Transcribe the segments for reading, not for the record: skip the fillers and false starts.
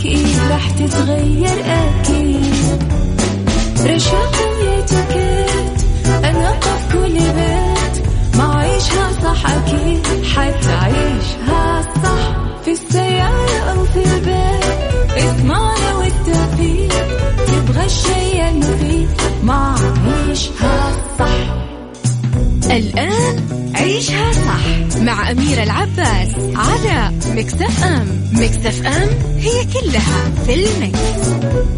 إيه راح تتغير أكيد. رشاق ويتوكيت أنا قف كل بيت ما عيشها صح أكيد حتعيشها صح. في السيارة أو في البيت اسمعنا والتوفيق تبغى الشيء المفيد ما عيشها صح. الآن عيشها صح مع أميرة العباس على ميكس اف ام. ميكس اف ام هي كلها في الميكس.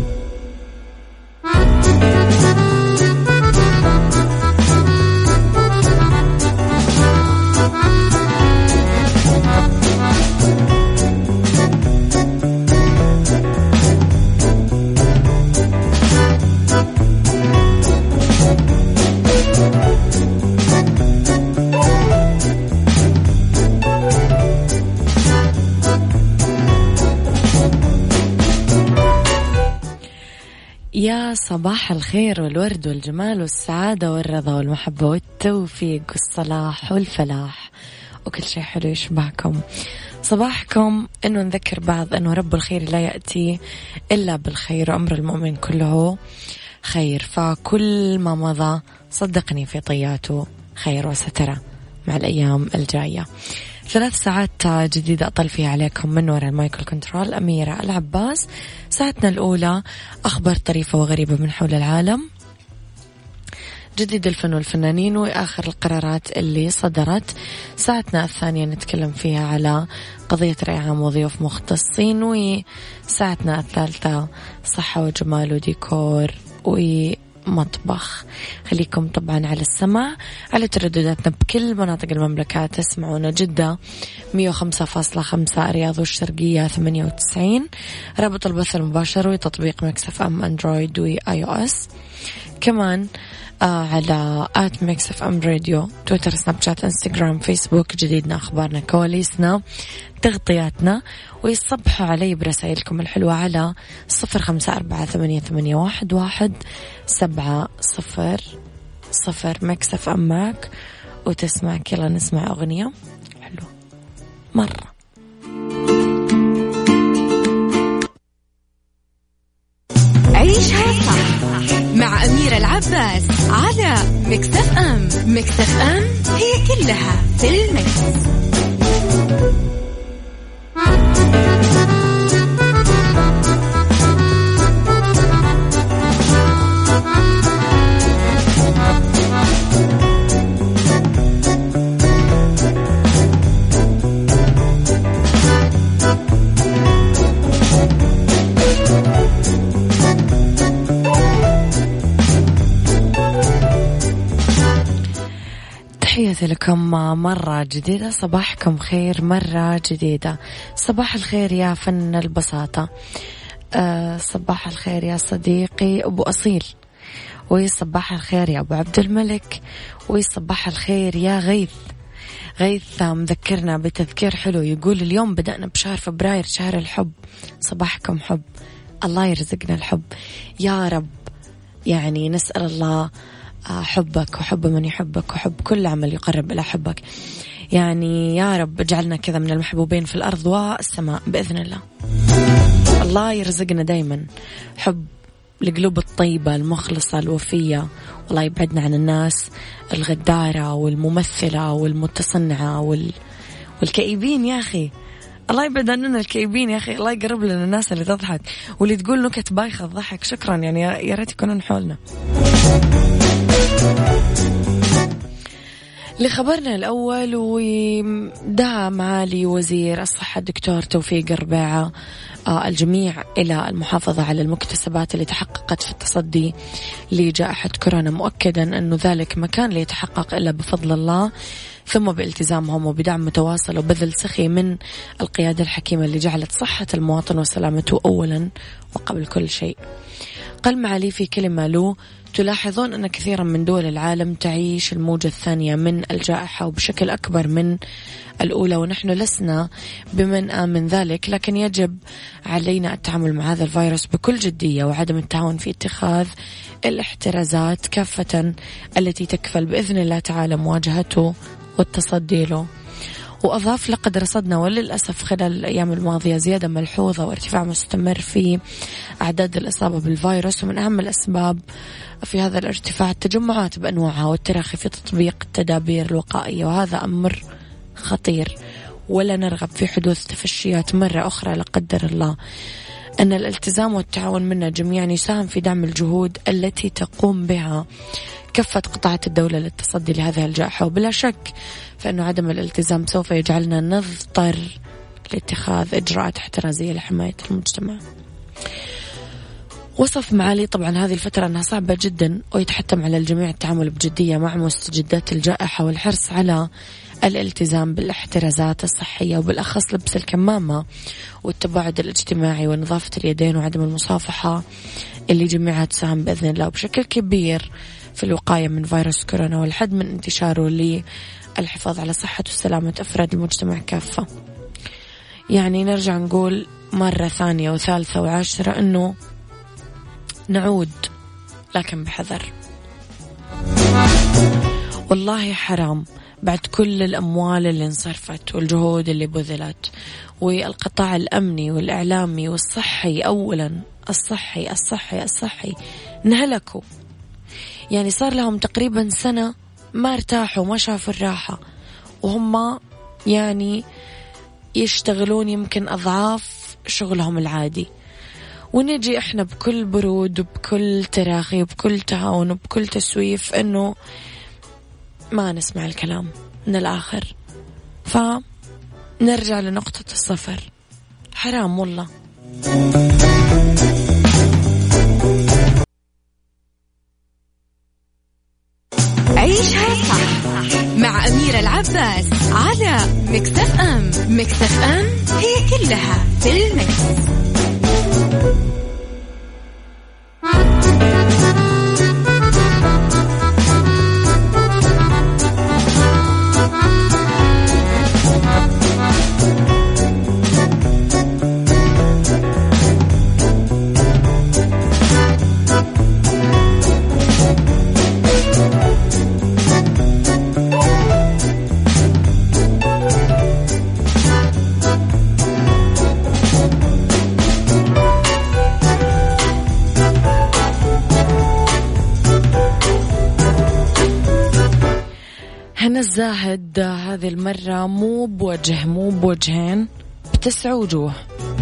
يا صباح الخير والورد والجمال والسعادة والرضا والمحبة والتوفيق والصلاح والفلاح وكل شيء حلو يشبهكم. صباحكم إنه نذكر بعض إنه رب الخير لا يأتي إلا بالخير وأمر المؤمن كله خير. فكل ما مضى صدقني في طياته خير وسترى مع الأيام الجاية. 3 ساعات جديدة أطل فيها عليكم من وراء المايكل كنترول أميرة العباس. ساعتنا الأولى أخبار طريفة وغريبة من حول العالم، جديد الفن والفنانين وآخر القرارات اللي صدرت. ساعتنا الثانية نتكلم فيها على قضية رأي عام وضيوف مختصين. وساعتنا الثالثة صحة وجمال وديكور ومطبخ. خليكم طبعا على السمع على تردداتنا بكل مناطق المملكة. تسمعونا جدة 105.5، الرياض والشرقية 98، رابط البث المباشر وتطبيق ميكس اف ام اندرويد واي او اس. كمان على ميكس اف ام راديو، تويتر، سناب شات، انستغرام، فيسبوك. جديدنا، أخبارنا، كواليسنا، تغطياتنا. ويصبحوا علي برسائلكم الحلوة على 0548811700. ميكس اف ام معك وتسمعك. يلا نسمع أغنية حلوة مرة. عيشها صح مع أميرة العباس على ميكس اف ام. ميكس اف ام هي كلها في الميكس. تحياتي لكم مرة جديدة. صباحكم خير مرة جديدة. صباح الخير يا فن البساطة، صباح الخير يا صديقي أبو أصيل، وصباح الخير يا أبو عبد الملك، وصباح الخير يا غيث. غيث مذكرنا بتذكير حلو، يقول اليوم بدأنا بشهر فبراير، شهر الحب. صباحكم حب، الله يرزقنا الحب يا رب. يعني نسأل الله حبك وحب من يحبك وحب كل عمل يقرب إلى حبك. يعني يا رب اجعلنا كذا من المحبوبين في الأرض والسماء بإذن الله. الله يرزقنا دايما حب القلوب الطيبة المخلصة الوفية، والله يبعدنا عن الناس الغدارة والممثلة والمتصنعة والكئيبين. يا أخي الله يبعد عننا الكئيبين، يا أخي الله يقرب لنا الناس اللي تضحك واللي تقول نكت بايخة تضحك. شكرا، يعني يا ريت يكونون حولنا. لخبرنا الأول، ودعا معالي وزير الصحة الدكتور توفيق الربيعة الجميع إلى المحافظة على المكتسبات اللي تحققت في التصدي لجائحة كورونا، مؤكدا أنه ذلك ما كان ليتحقق إلا بفضل الله ثم بالتزامهم وبدعم متواصل وبذل سخي من القيادة الحكيمة اللي جعلت صحة المواطن وسلامته أولا وقبل كل شيء. قال معالي في كلمة له: تلاحظون أن كثيرا من دول العالم تعيش الموجة الثانية من الجائحة وبشكل أكبر من الأولى، ونحن لسنا بمنأى من ذلك، لكن يجب علينا التعامل مع هذا الفيروس بكل جدية وعدم التهاون في اتخاذ الاحترازات كافة التي تكفل بإذن الله تعالى مواجهته والتصدي له. وأضاف لقد رصدنا وللأسف خلال الأيام الماضية زيادة ملحوظة وارتفاع مستمر في أعداد الإصابة بالفيروس، ومن أهم الأسباب في هذا الارتفاع التجمعات بأنواعها والتراخي في تطبيق التدابير الوقائية، وهذا أمر خطير ولا نرغب في حدوث تفشيات مرة أخرى لا قدر الله. أن الالتزام والتعاون منا جميعا يساهم في دعم الجهود التي تقوم بها كافة قطاعات الدولة للتصدي لهذه الجائحة، وبلا شك فإنه عدم الالتزام سوف يجعلنا نضطر لاتخاذ إجراءات احترازية لحماية المجتمع. وصف معالي طبعا هذه الفترة أنها صعبة جدا، ويتحتم على الجميع التعامل بجدية مع مستجدات الجائحة والحرص على الالتزام بالاحترازات الصحية، وبالأخص لبس الكمامة والتباعد الاجتماعي ونظافة اليدين وعدم المصافحة، اللي جميعها تساهم بإذن الله بشكل كبير في الوقاية من فيروس كورونا والحد من انتشاره للحفاظ على صحة وسلامة أفراد المجتمع كافة. يعني نرجع نقول مرة ثانية وثالثة وعاشرة أنه نعود لكن بحذر. والله حرام بعد كل الأموال اللي انصرفت والجهود اللي بذلت والقطاع الأمني والإعلامي والصحي، أولا الصحي نهلكوا. يعني صار لهم تقريبا سنة ما ارتاحوا ما شافوا الراحة، وهم يعني يشتغلون يمكن أضعاف شغلهم العادي، ونجي احنا بكل برود وبكل تراخي وبكل تهاون وبكل تسويف انه ما نسمع الكلام من الآخر. فنرجع لنقطة الصفر. حرام والله. عيشها صح مع أميرة العباس على ميكس اف ام. ميكس اف ام هي كلها في الميكس. هنا الزاهد هذه المرة مو بوجه مو بوجهين، ب9 وجوه.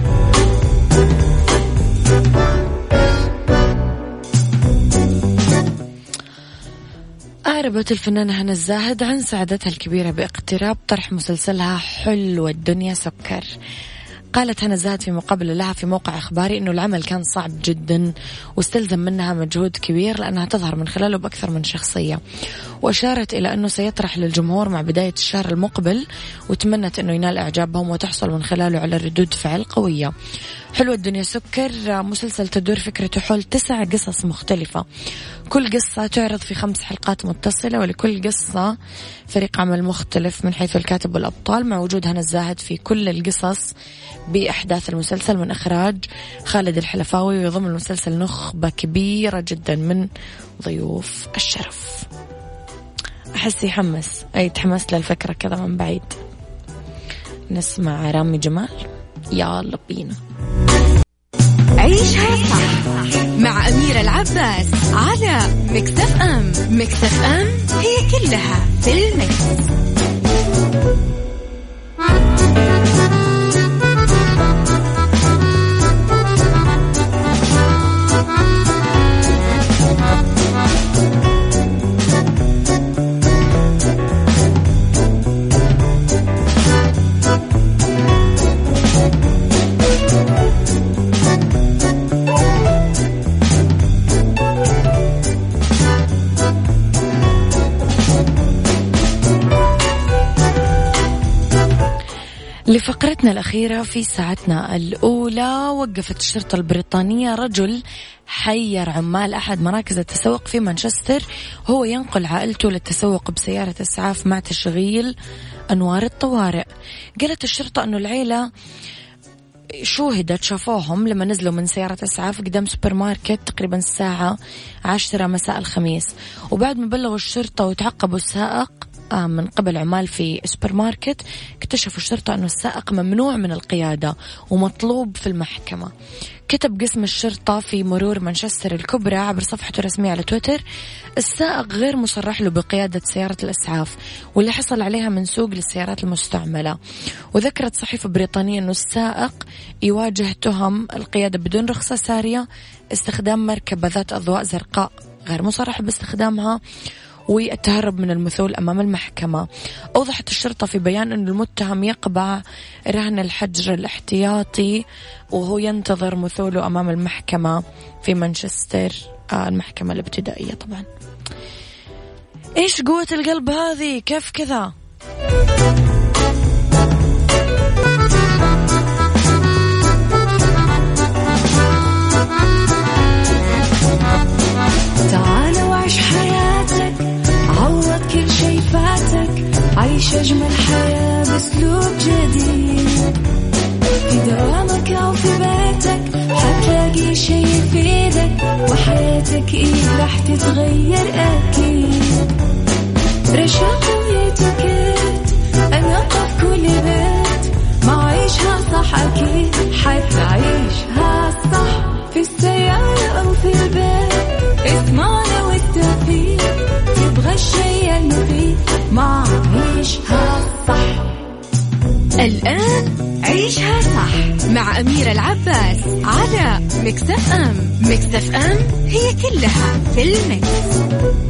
أعربت الفنانة هنا الزاهد عن سعادتها الكبيرة باقتراب طرح مسلسلها حلوة الدنيا سكر. قالت هنا الزاهد في مقابلة لها في موقع إخباري أنه العمل كان صعب جدا واستلزم منها مجهود كبير لأنها تظهر من خلاله بأكثر من شخصية، وأشارت إلى أنه سيطرح للجمهور مع بداية الشهر المقبل، وتمنت أنه ينال إعجابهم وتحصل من خلاله على ردود فعل قوية. حلوة الدنيا سكر مسلسل تدور فكرته حول 9 قصص مختلفة، كل قصة تعرض في 5 حلقات متصلة، ولكل قصة فريق عمل مختلف من حيث الكاتب والأبطال، مع وجود هنا الزاهد في كل القصص بأحداث المسلسل من إخراج خالد الحلفاوي. ويضم المسلسل نخبة كبيرة جدا من ضيوف الشرف. أحس يحمس، تحمس للفكرة كذا من بعيد. نسمع رامي جمال، يلا بينا. عيشها صح مع أميرة العباس على ميكس اف ام. ميكس اف ام هي كلها في الميكس. لفقرتنا الأخيرة في ساعتنا الأولى، وقفت الشرطة البريطانية رجل حير عمال أحد مراكز التسوق في مانشستر هو ينقل عائلته للتسوق بسيارة إسعاف مع تشغيل أنوار الطوارئ. قالت الشرطة أنه العيلة شافوهم لما نزلوا من سيارة إسعاف قدام سوبر ماركت تقريبا الساعة 10 مساء الخميس، وبعد ما بلغوا الشرطة وتعقبوا السائق من قبل عمال في سوبر ماركت اكتشفوا الشرطة أنه السائق ممنوع من القيادة ومطلوب في المحكمة. كتب قسم الشرطة في مرور مانشستر الكبرى عبر صفحته الرسمية على تويتر: السائق غير مصرح له بقيادة سيارة الإسعاف واللي حصل عليها من سوق للسيارات المستعملة. وذكرت صحيفة بريطانية أنه السائق يواجه تهم القيادة بدون رخصة سارية، استخدام مركبة ذات أضواء زرقاء غير مصرح باستخدامها، والتهرب من المثول أمام المحكمة. أوضحت الشرطة في بيان أن المتهم يقبع رهن الحجر الاحتياطي وهو ينتظر مثوله أمام المحكمة في مانشستر، المحكمة الابتدائية. طبعا إيش قوة القلب هذه؟ كيف كذا؟ تعال وعيش حياتك، عوض كل شي فاتك، عيش أجمل حياة بأسلوب جديد. في دوامك أو في بيتك حتلاقي شي يفيدك، وحياتك راح تتغير أكيد. رشاق ويتوكيت أنا في كل بيت، ما عيشها صح أكيد حتعيشها صح. في السيارة أو في البيت اسمعنا والتوفيق، تبغى الشيء المفيد ما عيشها صح. الآن عيشها صح مع أميرة العباس على ميكس اف ام. ميكس اف ام هي كلها في الميكس.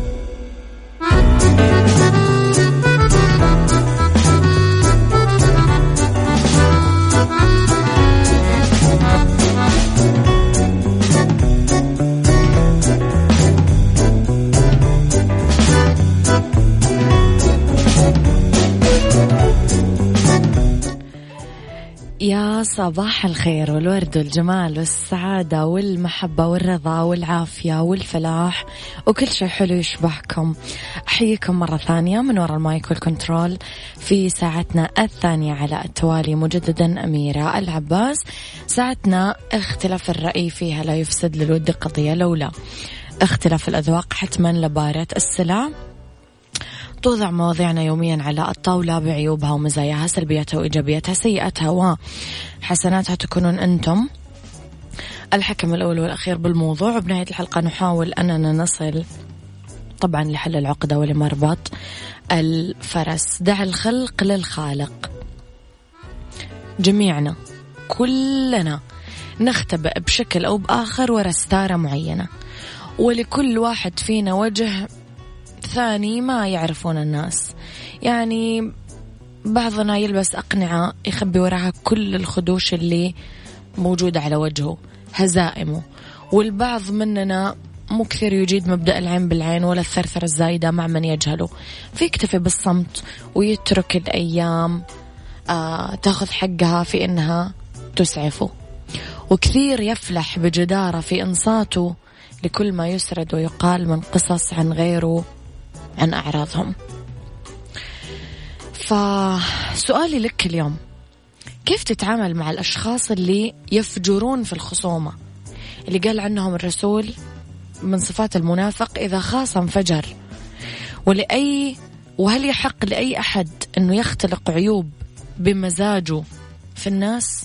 يا صباح الخير والورد والجمال والسعادة والمحبة والرضا والعافية والفلاح وكل شيء حلو يشبهكم. أحييكم مرة ثانية من وراء المايك والكنترول في ساعتنا الثانية على التوالي. مجددا أميرة العباس. ساعتنا اختلاف الرأي فيها لا يفسد للود قضية، لولا اختلاف الأذواق حتما لبارة السلع. توضع مواضيعنا يوميا على الطاولة بعيوبها ومزاياها، سلبياتها وإيجابياتها، سيئاتها وحسناتها، تكونون أنتم الحكم الأول والأخير بالموضوع. وبنهاية الحلقة نحاول أننا نصل طبعا لحل العقدة ولمربط الفرس. دع الخلق للخالق. جميعنا كلنا نختبئ بشكل أو بآخر وراء ستارة معينة، ولكل واحد فينا وجه ثاني ما يعرفون الناس. يعني بعضنا يلبس أقنعة يخبي وراها كل الخدوش اللي موجودة على وجهه، هزائمه. والبعض مننا مو كثير يجيد مبدأ العين بالعين ولا الثرثرة الزايدة مع من يجهله، فيكتفي بالصمت ويترك الأيام تأخذ حقها في إنها تسعفه. وكثير يفلح بجدارة في إنصاته لكل ما يسرد ويقال من قصص عن غيره عن أعراضهم. فسؤالي لك اليوم: كيف تتعامل مع الأشخاص اللي يفجرون في الخصومة، اللي قال عنهم الرسول من صفات المنافق إذا خاصم فجر؟ وهل يحق لأي أحد أنه يختلق عيوب بمزاجه في الناس؟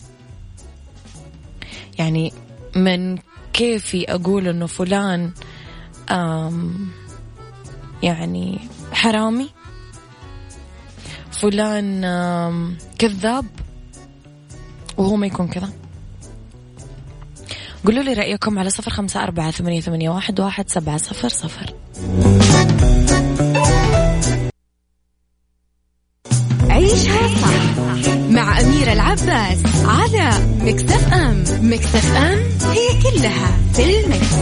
يعني من كيفي أقول أنه فلان يعني حرامي، فلان كذاب، وهو ما يكون كذا؟ قولوا لي رأيكم على 0548811700. عيشها صح مع أميرة العباس على ميكس اف ام. ميكس اف ام هي كلها في الميكس.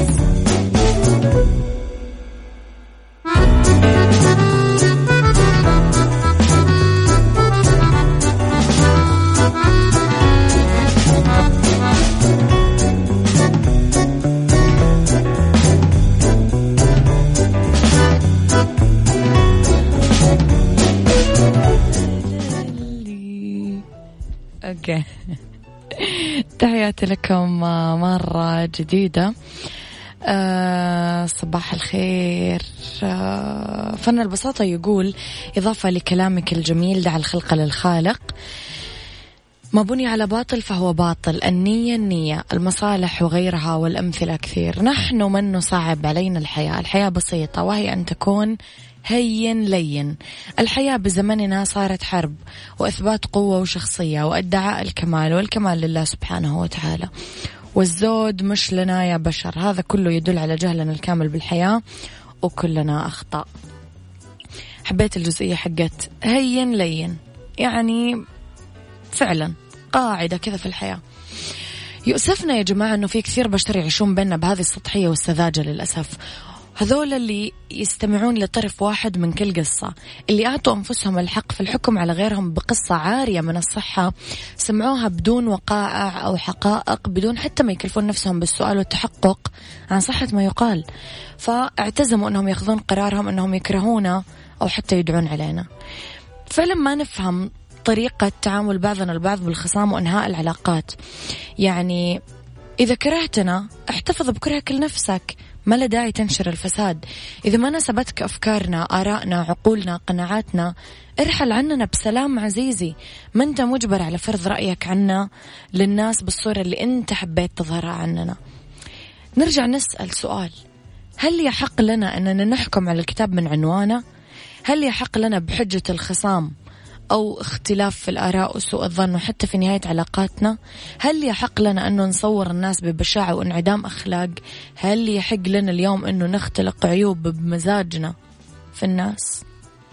تحياتي لكم مرة جديدة. صباح الخير. فن البساطة يقول إضافة لكلامك الجميل: دع الخلق للخالق، ما بني على باطل فهو باطل، النية النية، المصالح وغيرها، والأمثلة كثير. نحن من نصعب علينا الحياة بسيطة، وهي أن تكون هين لين. الحياة بزمننا صارت حرب وإثبات قوة وشخصية وادعاء الكمال، والكمال لله سبحانه وتعالى، والزود مش لنا يا بشر. هذا كله يدل على جهلنا الكامل بالحياة، وكلنا أخطاء. حبيت الجزئية حقت هين لين، يعني فعلا قاعدة كذا في الحياة. يؤسفنا يا جماعة أنه في كثير بشر يعيشون بيننا بهذه السطحية والسذاجة للأسف. هذول اللي يستمعون لطرف واحد من كل قصة، اللي أعطوا أنفسهم الحق في الحكم على غيرهم بقصة عارية من الصحة، سمعوها بدون وقائع أو حقائق، بدون حتى ما يكلفون نفسهم بالسؤال والتحقق عن صحة ما يقال، فاعتزموا أنهم يأخذون قرارهم أنهم يكرهونا أو حتى يدعون علينا. فعلا ما نفهم طريقة تعامل بعضنا البعض بالخصام وإنهاء العلاقات. يعني إذا كرهتنا احتفظ بكرهك لنفسك، ما له داعي تنشر الفساد. إذا ما ناسبتك أفكارنا، آرائنا، عقولنا، قناعاتنا، ارحل عننا بسلام عزيزي. ما أنت مجبر على فرض رأيك عنا للناس بالصورة اللي أنت حبيت تظهرها عننا. نرجع نسأل سؤال: هل يحق لنا أننا نحكم على الكتاب من عنوانه؟ هل يحق لنا بحجة الخصام أو اختلاف في الآراء وسوء الظن وحتى في نهاية علاقاتنا؟ هل يحق لنا أنه نصور الناس ببشاعة وانعدام أخلاق؟ هل يحق لنا اليوم أنه نختلق عيوب بمزاجنا في الناس؟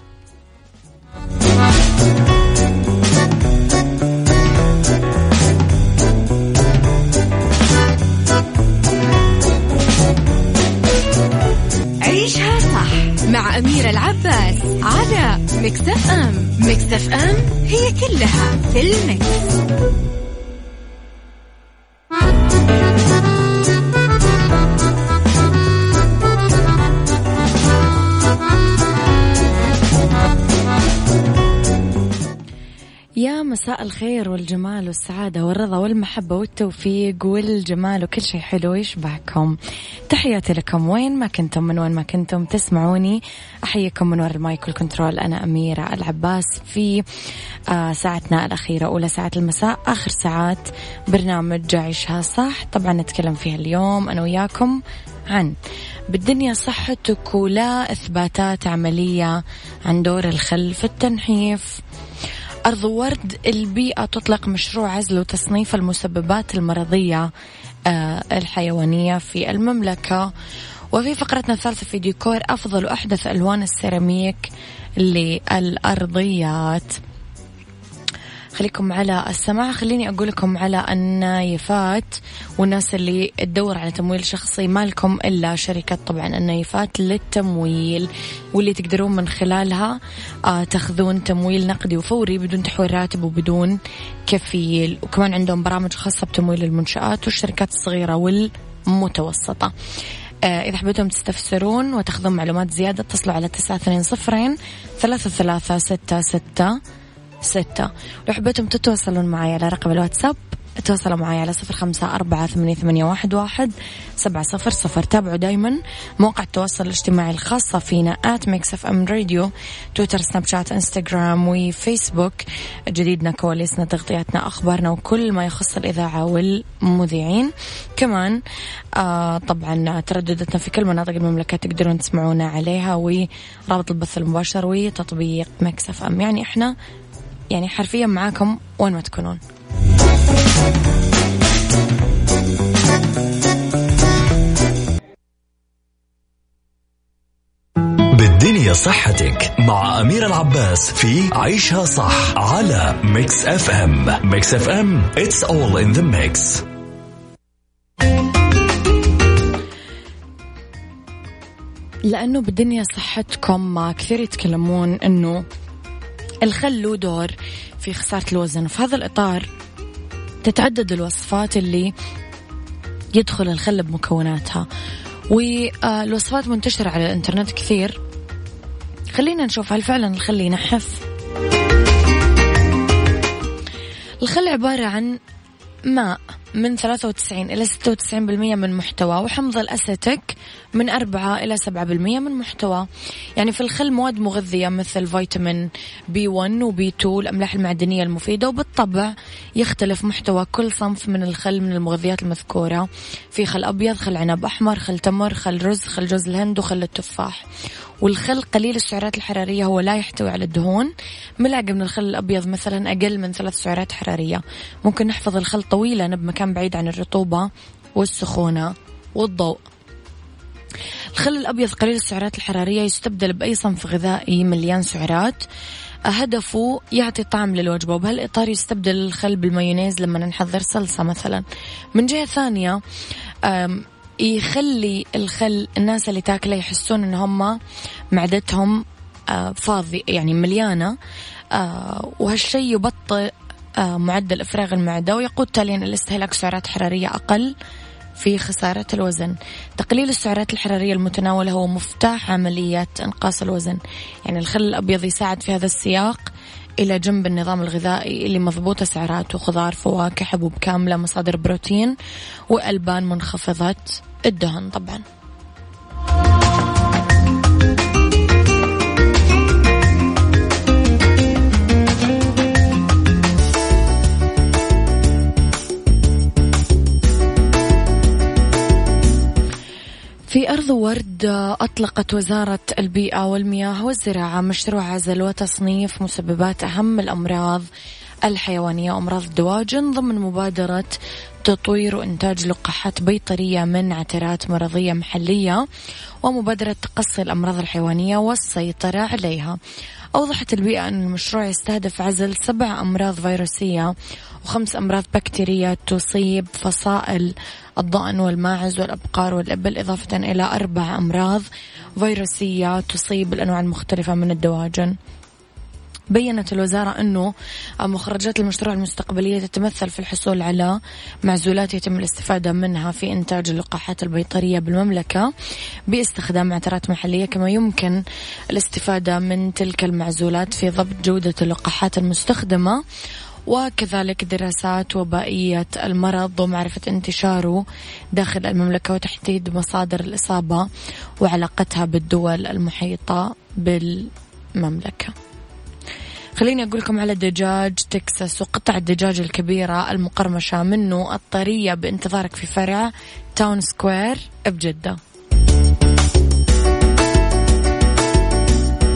عيشها صح مع أميرة العباس على ميكس اف ام. ميكس اف ام هي كلها في الميكس. يا مساء الخير والجمال والسعادة والرضا والمحبة والتوفيق والجمال وكل شيء حلو يشبهكم. تحياتي لكم وين ما كنتم، من وين ما كنتم تسمعوني. أحييكم من وراء المايك والكنترول. أنا أميرة العباس في ساعتنا الأخيرة، أولى ساعة المساء، آخر ساعات برنامج عيشها صح. طبعا نتكلم فيها اليوم أنا وياكم عن بالدنيا صحتك ولا إثباتات عملية عن دور الخل في التنحيف. أرض ورد البيئة تطلق مشروع عزل وتصنيف المسببات المرضية الحيوانية في المملكة. وفي فقرتنا الثالثة في ديكور أفضل وأحدث ألوان السيراميك للأرضيات. خليكم على السماع. خليني أقول لكم على النايفات والناس اللي تدور على تمويل شخصي، ما لكم إلا شركة طبعا النايفات للتمويل، واللي تقدرون من خلالها تاخذون تمويل نقدي وفوري بدون تحويل راتب وبدون كفيل. وكمان عندهم برامج خاصة بتمويل المنشآت والشركات الصغيرة والمتوسطة. إذا حبيتم تستفسرون وتاخذون معلومات زيادة اتصلوا على 920-3366-6. لو حبيتم تتواصلون معي على رقم الواتساب تواصلوا معي على 0548811700. تابعوا دايما مواقع التواصل الاجتماعي الخاصة فينا @mixfmradio، تويتر، سناب شات، انستغرام وفيسبوك. جديدنا، كواليسنا، تغطياتنا، أخبارنا وكل ما يخص الإذاعة والمذيعين. كمان طبعا ترددتنا في كل مناطق المملكة تقدرون تسمعونا عليها، ورابط البث المباشر وتطبيق ميكس اف ام. يعني احنا يعني حرفيا معاكم وين ما تكونون. بالدنيا صحتك مع أميرة العباس في عيشها صح على ميكس اف ام. ميكس اف ام it's all in the mix. لأنه بالدنيا صحتكم كثير يتكلمون أنه الخل له دور في خسارة الوزن. وفي هذا الإطار تتعدد الوصفات اللي يدخل الخل بمكوناتها، والوصفات منتشرة على الإنترنت كثير. خلينا نشوف هل فعلا الخل ينحف. الخل عبارة عن ماء من 93 إلى 96% من محتوى، وحمض الأسيتيك من 4 إلى 7% من محتوى. يعني في الخل مواد مغذية مثل فيتامين B1 و B2، الأملاح المعدنية المفيدة. وبالطبع يختلف محتوى كل صنف من الخل من المغذيات المذكورة. في خل أبيض، خل عنب أحمر، خل تمر، خل رز، خل جوز الهند، وخل التفاح. والخل قليل السعرات الحرارية هو لا يحتوي على الدهون. ملعقة من الخل الأبيض مثلا أقل من 3 سعرات حرارية. ممكن نحفظ الخل طويلا بمكان بعيد عن الرطوبة والسخونة والضوء. الخل الأبيض قليل السعرات الحرارية يستبدل بأي صنف غذائي مليان سعرات، هدفه يعطي طعم للوجبة. وبهالإطار يستبدل الخل بالمايونيز لما نحضر صلصة مثلا. من جهة ثانية يخلي الخل الناس اللي تاكله يحسون ان هم معدتهم فاضي، يعني مليانة، وهالشيء يبطئ معدل إفراغ المعدة، ويقود تاليا إلى استهلاك سعرات حرارية أقل في خسارة الوزن. تقليل السعرات الحرارية المتناولة هو مفتاح عملية إنقاص الوزن. يعني الخل الأبيض يساعد في هذا السياق إلى جنب النظام الغذائي اللي مضبوطة سعراته، خضار، فواكه، حبوب كاملة، مصادر بروتين، وألبان منخفضة الدهن طبعا. في أرض ورد أطلقت وزارة البيئة والمياه والزراعة مشروع عزل وتصنيف مسببات أهم الأمراض الحيوانية وأمراض الدواجن ضمن مبادرة تطوير وإنتاج لقاحات بيطرية من عترات مرضية محلية ومبادرة تقصي الأمراض الحيوانية والسيطرة عليها. أوضحت البيئة أن المشروع يستهدف عزل 7 أمراض فيروسية و5 أمراض بكتيرية تصيب فصائل الضأن والماعز والأبقار والإبل، إضافة إلى 4 أمراض فيروسية تصيب الأنواع المختلفة من الدواجن. بيّنت الوزارة أنه مخرجات المشروع المستقبلية تتمثل في الحصول على معزولات يتم الاستفادة منها في إنتاج اللقاحات البيطرية بالمملكة باستخدام عترات محلية، كما يمكن الاستفادة من تلك المعزولات في ضبط جودة اللقاحات المستخدمة، وكذلك دراسات وبائية المرض ومعرفة انتشاره داخل المملكة وتحديد مصادر الإصابة وعلاقتها بالدول المحيطة بالمملكة. خليني أقول لكم على دجاج تكساس وقطع الدجاج الكبيرة المقرمشة منه الطرية بانتظارك في فرع تاون سكوير بجدة.